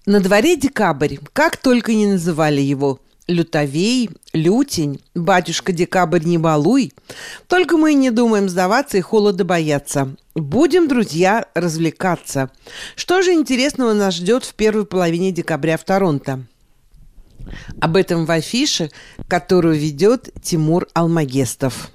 На дворе декабрь, как только не называли его. Лютовей, лютень, батюшка Декабрь не балуй. Только мы не думаем сдаваться и холода бояться. Будем, друзья, развлекаться. Что же интересного нас ждет в первой половине декабря в Торонто? Об этом в афише, которую ведет Тимур Алмагестов.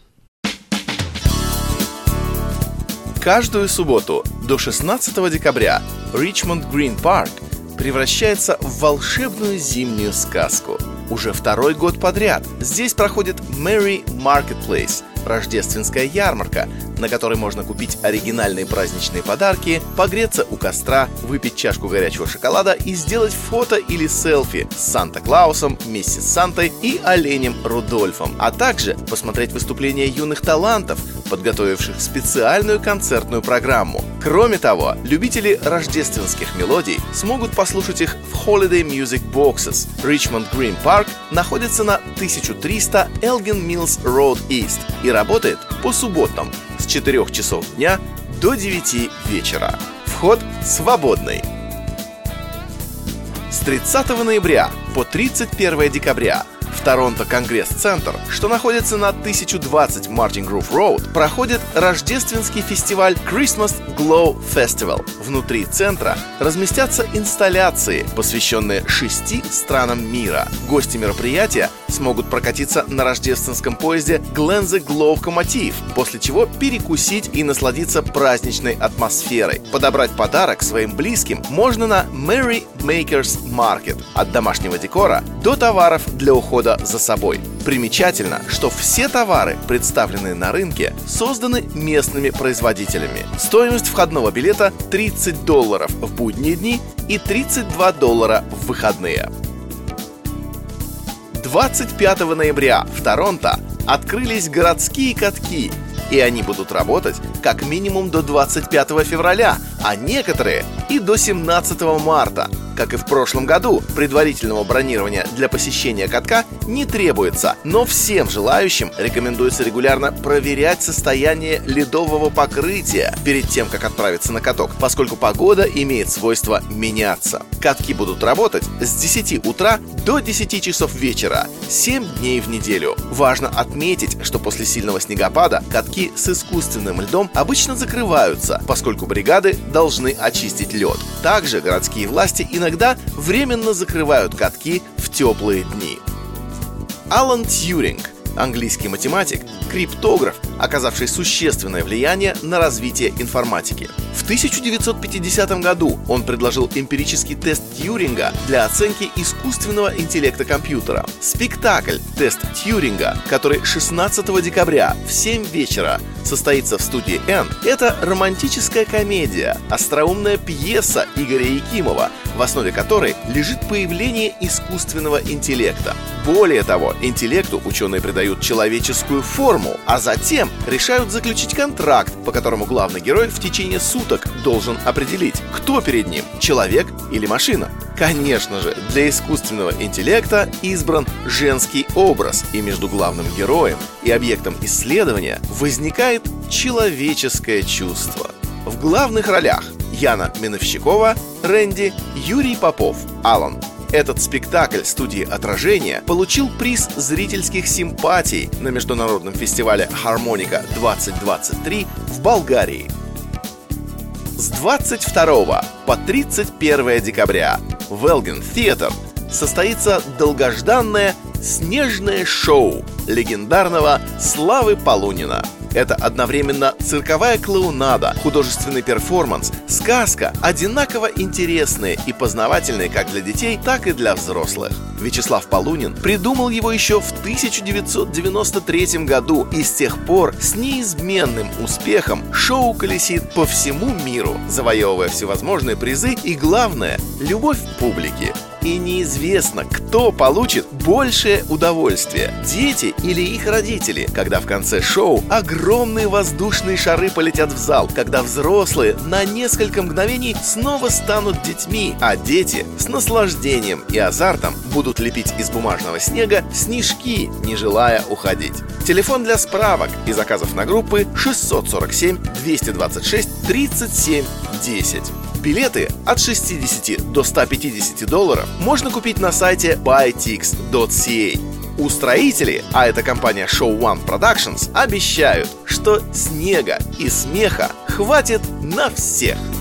Каждую субботу до 16 декабря Ричмонд Грин Парк превращается в волшебную зимнюю сказку. Уже второй год подряд здесь проходит Merry Marketplace, рождественская ярмарка, на которой можно купить оригинальные праздничные подарки, погреться у костра, выпить чашку горячего шоколада и сделать фото или селфи с Санта-Клаусом, миссис Сантой и оленем Рудольфом, а также посмотреть выступления юных талантов, подготовивших специальную концертную программу. Кроме того, любители рождественских мелодий смогут послушать их в Holiday Music Boxes. Richmond Green Park находится на 1300 Elgin Mills Road East и работает по субботам с 4 часов дня до 9 вечера. Вход свободный. С 30 ноября по 31 декабря в Торонто Конгресс-центр, что находится на 1020 Martin Grove Road, проходит рождественский фестиваль Christmas Glow Festival. Внутри центра разместятся инсталляции, посвященные 6 странам мира. Гости мероприятия смогут прокатиться на рождественском поезде Glenza Glowcomotive, после чего перекусить и насладиться праздничной атмосферой. Подобрать подарок своим близким можно на Merry Makers Market. От домашнего декора до товаров для ухода за собой. Примечательно, что все товары, представленные на рынке, созданы местными производителями. Стоимость входного билета $30 в будние дни и $32 в выходные. 25 ноября в Торонто открылись городские катки, и они будут работать как минимум до 25 февраля, а некоторые и до 17 марта. Как и в прошлом году, предварительного бронирования для посещения катка не требуется, но всем желающим рекомендуется регулярно проверять состояние ледового покрытия перед тем, как отправиться на каток, поскольку погода имеет свойство меняться. Катки будут работать с 10 утра до 10 часов вечера, 7 дней в неделю. Важно отметить, что после сильного снегопада катки с искусственным льдом обычно закрываются, поскольку бригады должны очистить лед. Также городские власти иногда временно закрывают катки в теплые дни. Алан Тьюринг, английский математик, криптограф, оказавший существенное влияние на развитие информатики. В 1950 году он предложил эмпирический тест Тьюринга для оценки искусственного интеллекта компьютера. Спектакль «Тест Тьюринга», который 16 декабря в 7 вечера состоится в студии N, это романтическая комедия, остроумная пьеса Игоря Якимова, в основе которой лежит появление искусственного интеллекта. Более того, интеллекту ученые придают человеческую форму, а затем решают заключить контракт, по которому главный герой в течение суток должен определить, кто перед ним – человек или машина. Конечно же, для искусственного интеллекта избран женский образ, и между главным героем и объектом исследования возникает человеческое чувство. В главных ролях Яна Миновщикова, Рэнди, Юрий Попов, Алан. Этот спектакль студии «Отражение» получил приз зрительских симпатий на международном фестивале «Хармоника 2023» в Болгарии. С 22 по 31 декабря в Elgin Theatre состоится долгожданное снежное шоу легендарного Славы Полунина. Это одновременно цирковая клоунада, художественный перформанс, сказка, одинаково интересные и познавательные как для детей, так и для взрослых. Вячеслав Полунин придумал его еще в 1993 году, и с тех пор с неизменным успехом шоу колесит по всему миру, завоевывая всевозможные призы и, главное, любовь публики. И неизвестно, кто получит большее удовольствие – дети или их родители, когда в конце шоу огромные воздушные шары полетят в зал, когда взрослые на несколько мгновений снова станут детьми, а дети с наслаждением и азартом будут лепить из бумажного снега снежки, не желая уходить. Телефон для справок и заказов на группы 647 226 37 10. Билеты от 60 до 150 долларов можно купить на сайте buytix.ca. Устроители, а это компания Show One Productions, обещают, что снега и смеха хватит на всех.